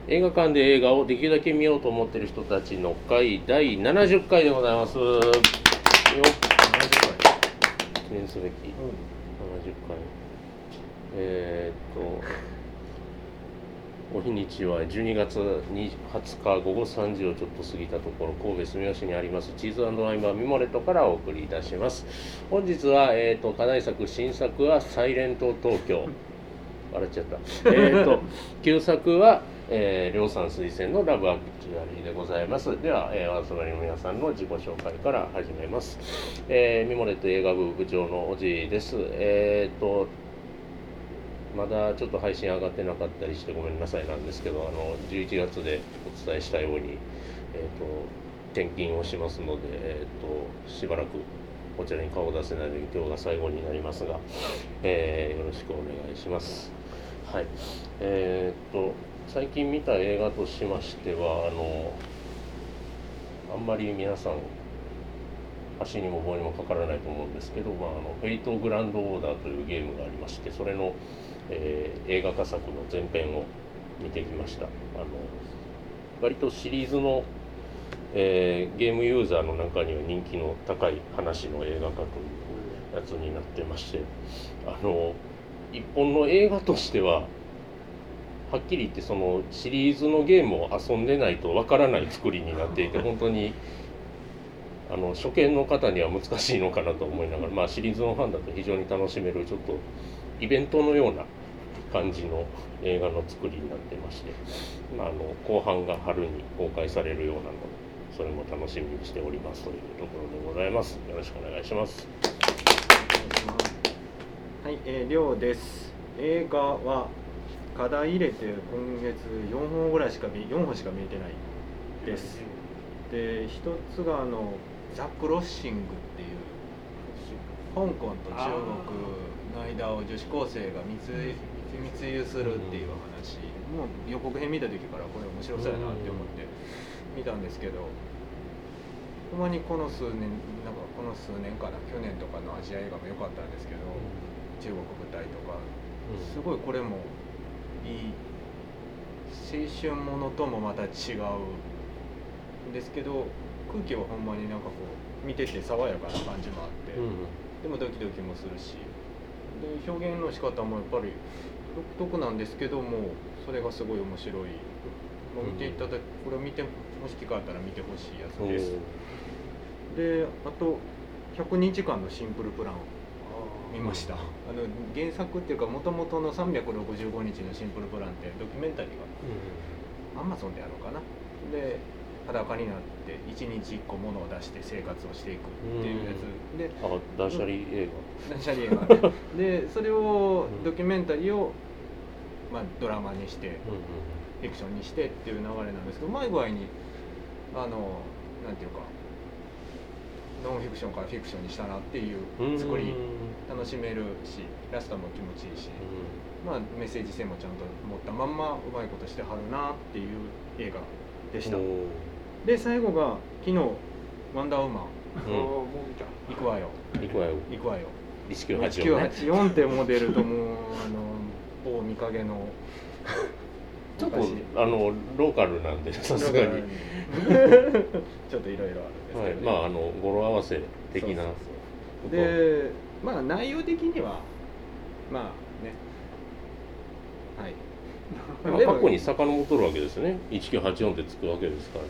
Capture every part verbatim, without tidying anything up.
映画館で映画をできるだけ見ようと思っている人たちの会だいななじゅっかいでございます。よななじゅっかい記念すべき、うん、ななじゅっかい。えー、っとお日にちはじゅうにがつはつかごごさんじをちょっと過ぎたところ、神戸住吉にありますチーズ&ワインバーミモレットからお送りいたします。本日は、えー、っと課題作新作はサイレント東京笑っちゃった。えー、っと旧作はえー、りょうさん推薦のラブアクチュアリーでございます。では、えー、お集まりの皆さんの自己紹介から始めます。えー、ミモレット映画部部長のおじです。えー、っとまだちょっと配信上がってなかったりしてごめんなさいなんですけど、あのじゅういちがつでお伝えしたように、えー、っと転勤をしますので、えー、っとしばらくこちらに顔を出せないので今日が最後になりますが、えー、よろしくお願いします。はい。えー、っと最近見た映画としましては、あのあんまり皆さん足にも棒にもかからないと思うんですけど、まあ、あのフェイトグランドオーダーというゲームがありまして、それの、えー、映画化作の前編を見てきました。あの割とシリーズの、えー、ゲームユーザーの中には人気の高い話の映画化というやつになってまして、あの一本の映画としてははっきり言ってそのシリーズのゲームを遊んでないとわからない作りになっていて、本当にあの初見の方には難しいのかなと思いながら、まあ、シリーズのファンだと非常に楽しめるちょっとイベントのような感じの映画の作りになってまして、まあ、あの後半が春に公開されるようなのでそれも楽しみにしておりますというところでございます。よろしくお願いします。 はい、えー、りょうです。映画は課題入れて今月よんほんぐらいしか見よんほんしか見えてないです。で一つがあのザ・クロッシングっていう香港と中国の間を女子高生が密密輸するっていう話、もう予告編見た時からこれ面白そうやなって思って見たんですけど、ほんまにこの数年なんかこの数年かな去年とかのアジア映画も良かったんですけど、中国舞台とかすごいこれもいい青春ものともまた違うんですけど、空気はほんまになんかこう見てて爽やかな感じもあって、うん、でもドキドキもするし、で表現の仕方もやっぱり独特なんですけどもそれがすごい面白い、まあ、見ていただこれを見てもし機会あったら見てほしいやつです。であとひゃくにちかんのシンプルプラン見ました。あの原作っていうか元々のさんびゃくろくじゅうごにちのシンプルプランってドキュメンタリーがアマゾンであるのかな、で裸になっていちにちいっこ物を出して生活をしていくっていうやつで、 あ、断捨離映画断捨離映画でそれをドキュメンタリーを、まあ、ドラマにしてフィクションにしてっていう流れなんですけど、うまい具合にあのなんていうかノンフィクションからフィクションにしたなっていう作り、楽しめるしラストも気持ちいいし、まあ、メッセージ性もちゃんと持ったまんまうまいことしてはるなっていう映画でした。で最後が昨日ワンダーウーマン、うん、行くわよ行くわよ行くわよいちきゅうはちよん、 いちきゅうはちよんってモデルともうあの某見影のちょっとあのローカルなんでさすがにちょっといろいろあるんですけど、ね、 はい、まああの語呂合わせ的な。 そうそうそうでまあ内容的にはまあねはいでも過去に遡っとるわけですね。いちきゅうはちよんってつくわけですから。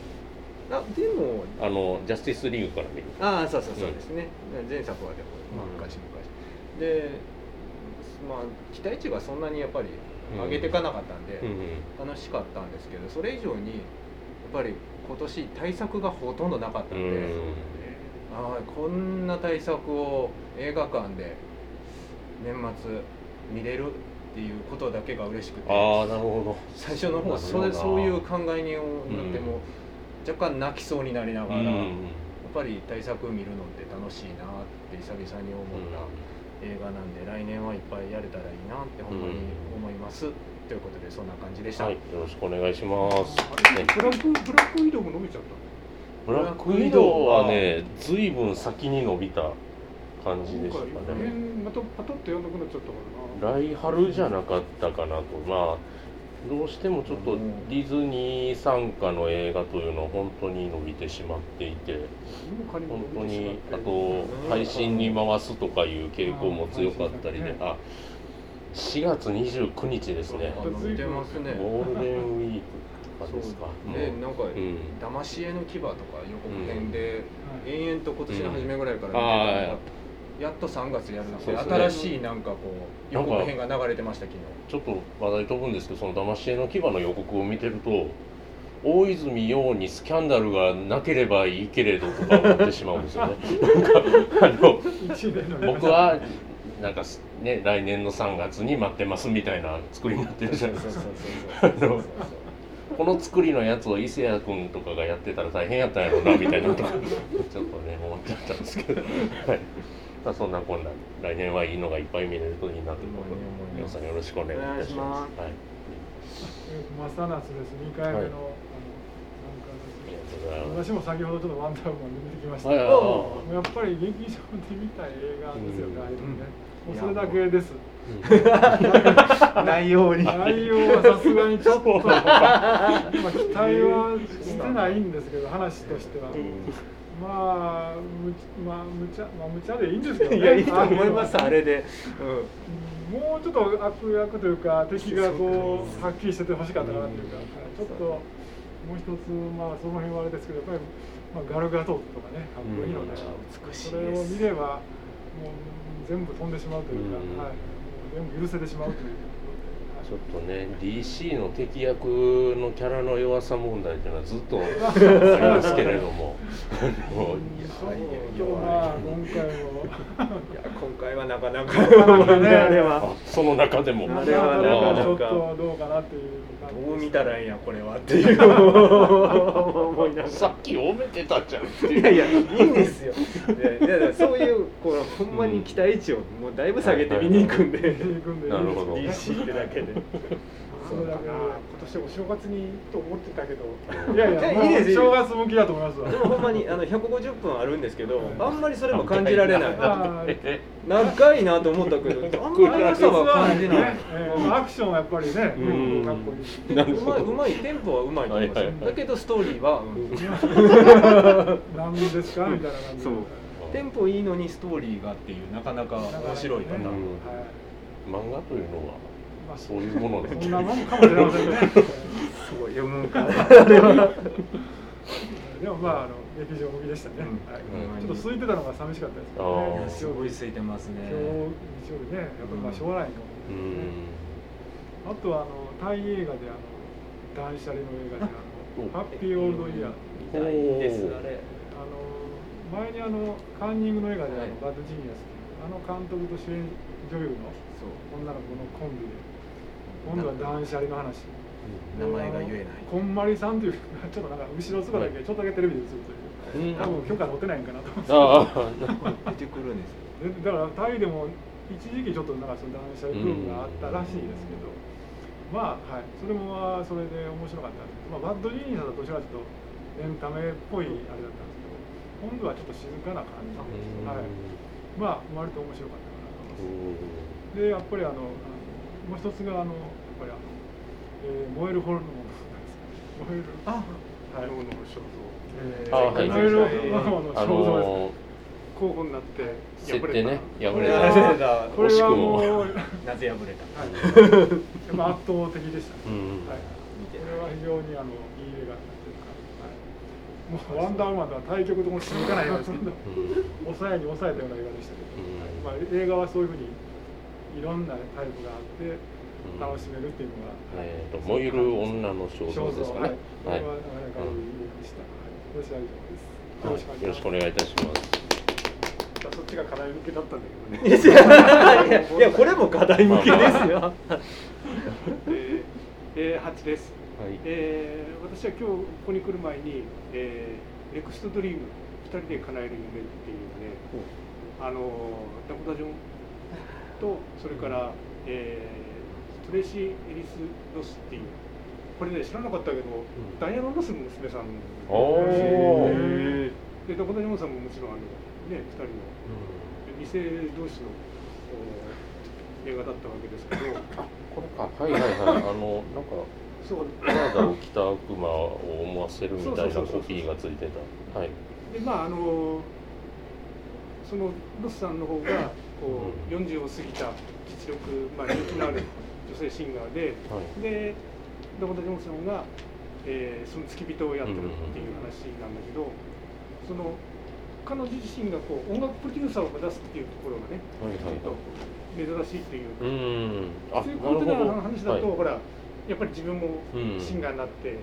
あでもあのジャスティスリーグから見る。 ああそうそうそうですね、うん、前作はでも、まあ、昔々、うん、でまあ期待値がそんなにやっぱり上げていかなかったんで、うん、楽しかったんですけど、それ以上にやっぱり今年対策がほとんどなかったんで、うん、あこんな対策を映画館で年末見れるっていうことだけが嬉しくて、 ああなるほど、 最初の方それそういう考えになっても、うん、若干泣きそうになりながら、うん、やっぱり対策見るのって楽しいなって久々に思った映画なんで、来年はいっぱいやれたらいいなってほんまに思います、うん、ということでそんな感じでした。 はい、よろしくお願いします。 あれ、ね、ブラックブラックウィドウも伸びちゃった。 ブラックウィドウはね、ずいぶん先に伸びた感じでしたね。 またパタッとやんなくなっちゃったからな。 来春じゃなかったかなと。まあどうしてもちょっとディズニー参加の映画というのは本当に伸びてしまっていて、本当にあと配信に回すとかいう傾向も強かったりで、あ、しがつにじゅうくにちですね。 見てますね。 ゴールデンウィークとかですか。 で、なんか、騙し絵の牙とか予告編で、延々と今年の初めぐらいから見てたのが、やっとさんがつやるので、新しいなんかこう予告編が流れてました昨日。 ちょっと話題飛ぶんですけど、その騙し絵の牙の予告を見てると、大泉洋にスキャンダルがなければいいけれどとか思ってしまうんですよね。なんかあの僕はなんかね、来年のさんがつに待ってますみたいな作りになってるじゃないですか。この作りのやつを伊勢谷君とかがやってたら大変やったんやろうなみたいなとかちょっとね思っちゃったんですけど、はい、まあそんなこんな来年はいいのがいっぱい見れるといいなということで、皆さんよろしくお願いいたします。はい。 マサナスです。にかいめの、はい、あの私も先ほどちょっとワンダーウーマン見てきましたけど、やっぱり劇場で見たい映画ですよね、ああいうのね。もうそれだけです。 内容に内容はさすがにちょっとまあ期待はしてないんですけど、話としては、まあむまあ無茶まあ無茶でいいんですけどね。 いやいいと思いますあれで、 うん、もうちょっと悪役というか敵がこうはっきりしててほしかったかなというか、ちょっともう一つまあその辺はあれですけど、やっぱりまあガルガトーとかねかっこいいので、それを見ればもう全部飛んでしまうというか、はい。全部許せてしまうという。 ちょっとね ディーシー の敵役のキャラの弱さ問題というのはずっとありますけれども、 もうまあ今回もいや今回はなかなかねあれはその中でもあれはなかなかちょっとどうかなっていう感じ。 どう見たらいいんやこれはっていう思いながらさっき褒めてたじゃんっていう。 いやいやいいんですよ。いやいやそういうこうほんまに期待値をもうだいぶ下げて見に行くんで、 なるほど。 ディーシー ってだけで。 そうだから今年お正月にと思ってたけど、いやいや、いいです正月向きだと思いますわ。 でもほんまにあのひゃくごじゅっぷんあるんですけど、あんまりそれも感じられない。長いなと思ったけど、あんまり長さは感じない。 アクションはやっぱりね、かっこいい。 うまいうまいテンポはうまいと思います。だけどストーリーは何ですかみたいな感じ。 そう。テンポいいのにストーリーがっていうなかなか面白いパターン。 漫画というのは。そういうもので、 そんなもんかもしれませんね。 すごい読むんか。でもまああの劇場向きでしたね。ちょっと空いてたのが寂しかったですけどね。 すごい空いてますね。 今日日曜日ね、やっぱりまあしょうがないかも。あとはあのタイ映画であの断捨離の映画であのハッピーオールドイヤー。 見たいですあれ。 あの前にあのカンニングの映画であのバッドジーニアスあの監督と主演女優の女の子のコンビで。今度は断捨離の話。 名前が言えない。 こんまりさんというちょっとなんか後ろ姿だけちょっとだけテレビで映るという。多分許可取ってないんかなと思って。出てくるんですよ。 だからタイでも一時期ちょっとなんかその断捨離ブームがあったらしいですけど、まあはいそれもそれで面白かったんですけど、まあバッドジーニーさんとしてはちょっとエンタメっぽいあれだったんですけど、今度はちょっと静かな感じで、はい、まあ割と面白かったかなと思います。でやっぱりあのもう一つがあのやっぱりあの、えー、燃えるホルモン燃えるあはいホルモンの肖像、 えー、あはい燃えるホルモンの肖像です、ね、候補になって設定ね破れたこれはもうなぜ破れた、 はい、まあ圧倒的でしたね、 うんはい、これは非常にあのいい映画になってるか、はい、もうワンダーウーマンとは対極とも静かない映画ですけど抑えに抑えたような映画でしたけど、はい、まあ、映画はそういうふうにいろんなタイプがあって楽しめるっていうのが、 うん、えーと燃える女の肖像ですかね。 はい。これはなかなかいいでした。はい。よろしくよろしくお願いいたします。 そっちが課題向けだったんだけどね。いやこれも課題向けですよ。 えー、はちです。 はい。 えー、私は今日ここに来る前に、えー、ネクストドリームふたりで叶える夢っていうね、あのダコタジョンとそれから、えー、トレイシー・エリス・ロスっていうこれね知らなかったけど、うん、ダイアナ・ロスの娘さんで、でダコタ・ジョンさんももちろんあの、ね、ふたりの、うん、に世同士の映画だったわけですけど、 これか、はいはいはい、あのなんかそう体を着た悪魔を思わせるみたいなコピーがついてた。はい。 でまああのそのロスさんの方がこうよんじゅうを過ぎた実力、まあ、人気のある女性シンガーで、はい、でダコタ・ジョンソンが、えー、その付き人をやってるっていう話なんだけど、その彼女自身がこう音楽プロデューサーを目指すっていうところがね、はいはいはい、珍しいっていうか、うんあそういうことの話だと、はい、ほらやっぱり自分もシンガーになって、うん、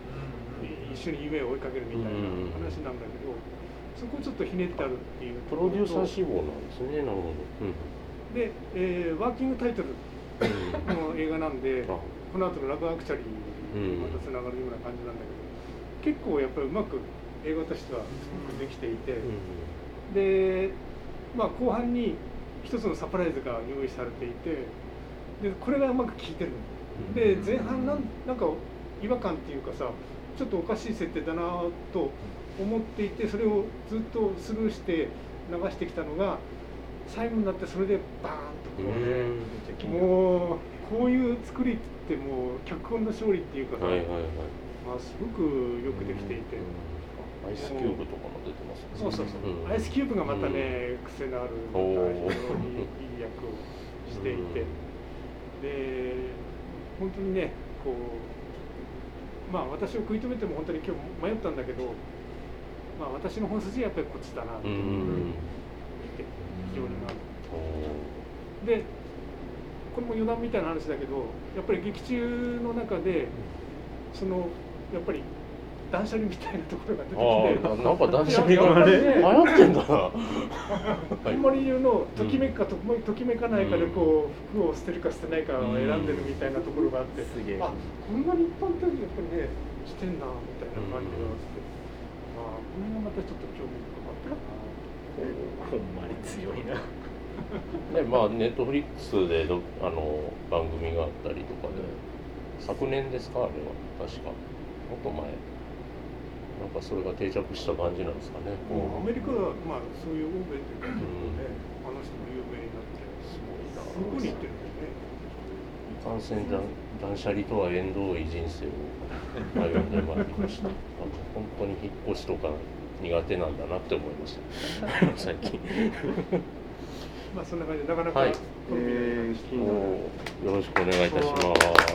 一緒に夢を追いかけるみたいな話なんだけど、そこをちょっとひねってあるっていうプロデューサー志望なんですね。なるほど。うん、 で、えー、ワーキングタイトルの映画なんで、この後のラブアクチャリーにまたつながるような感じなんだけど、結構やっぱりうまく映画としてはすごくできていて、で、まあ、後半に一つのサプライズが用意されていて、でこれがうまく効いてるので、前半なんなんか違和感っていうかさ、ちょっとおかしい設定だなと思っていて、それをずっとスルーして流してきたのが最後になってそれでバーンとこうね、もうこういう作りってもう脚本の勝利っていうかさ、はいはいはい、まあ、すごくよくできていて、 アイスキューブとかも出てますね。 そうそうそう、うん、アイスキューブがまたね、癖のある非常にいい役をしていて、で本当にねこう、まあ私を食い止めても本当に今日迷ったんだけど、まあ私の本筋はやっぱりこっちだなっていうのを見て非常になる。でこれも余談みたいな話だけど、やっぱり劇中の中でそのやっぱり断捨離みたいなところが出てきて、 あなんか断捨離が流行ってんだな。 あんまり言うのときめくかときめかないかでこう服を捨てるか捨てないかを選んでるみたいなところがあって、あこんなに一般的にやっぱりねしてんなみたいな感じがあって、あこれもまたちょっと興味深かったな。 ほんまに強いな。 でまあネットフリックスでどあの番組があったりとかで、昨年ですかあれは確かもっと前。なんかそれが定着した感じなんですかね。 もうアメリカはまあそういう欧米というかね、あの人も有名になってすごいな。すごい言ってるんだよね。 いかんせん断捨離とは縁遠い人生を歩んでまいりました。本当に引っ越しとか苦手なんだなって思いました最近。 まあそんな感じでなかなか、はい、えー、 よろしくお願いいたします。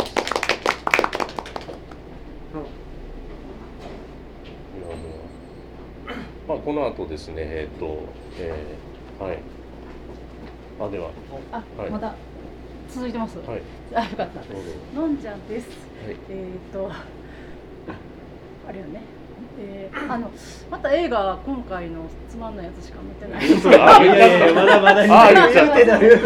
まあ、この後ですね、えっ、ー、と、えー、はい。あ、では。 あ、 はい、 まだ続いてます。 はい。 あ、よかった。のんちゃんです。はい、えっ、ー、と、あれよね。えー、あのまた映画今回のつまんないやつしか見てない。 あ、いやいやまだまだ言ってたよ。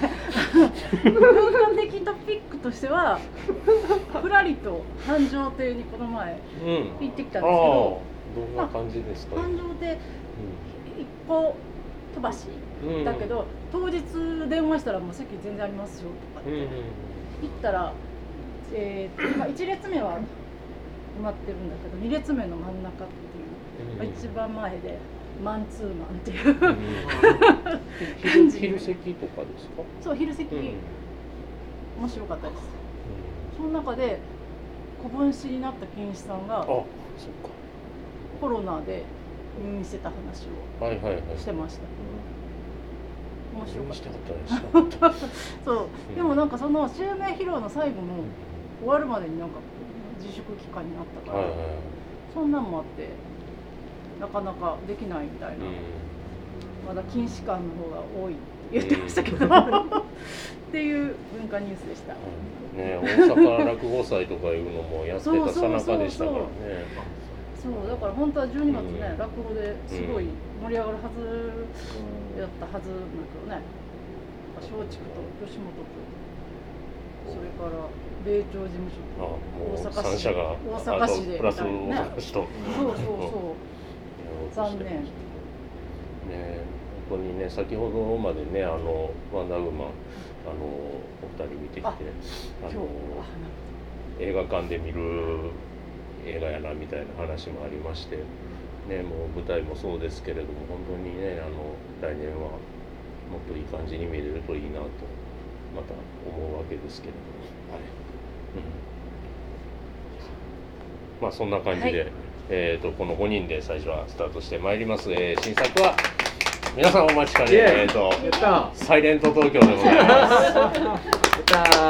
文化的トピックとしては、ふらりと繁盛亭にこの前行ってきたんですけど。 どんな感じですか。 繁盛亭一歩飛ばし、うん、だけど当日電話したらもう席全然ありますよとかって、うん、行ったら、えー、今いち列目は埋まってるんだけどに列目の真ん中っていう、うん、一番前でマンツーマンっていう、うん、 感じ。昼席とかですか。 そう昼席、うん、面白かったです、うん、その中で小分子になった金子さんが、あ、そっか、コロナで入院してた話をしてました。面白かったです。そう、うん、でもなんかその襲名披露の最後の終わるまでになんか自粛期間になったから、はいはいはい、そんなんもあってなかなかできないみたいな、うん、まだ禁止感の方が多いって言ってましたけど、うん、っていう文化ニュースでした。 うん、ね、大阪落語祭とかいうのもやってたさなかでしたからね。 そうだから本当はじゅうにがつね、うん、落語ですごい盛り上がるはずやったはずなんだけどね、松竹と吉本とそれから米朝事務所と大阪市、大阪市でプラス大阪市と、 そうそうそう残念ね。本当にね、先ほどまでね、あのワンダーウーマンあのお二人見てきて、あの映画館で見る映画やなみたいな話もありまして、ね、もう舞台もそうですけれども、本当にね、あの来年はもっといい感じに見れるといいなとまた思うわけですけれども、はいうん、まあそんな感じで、はい、えー、とこのごにんで最初はスタートしてまいります、えー、新作は皆さんお待ちかね、えー、とサイレント東京でございます。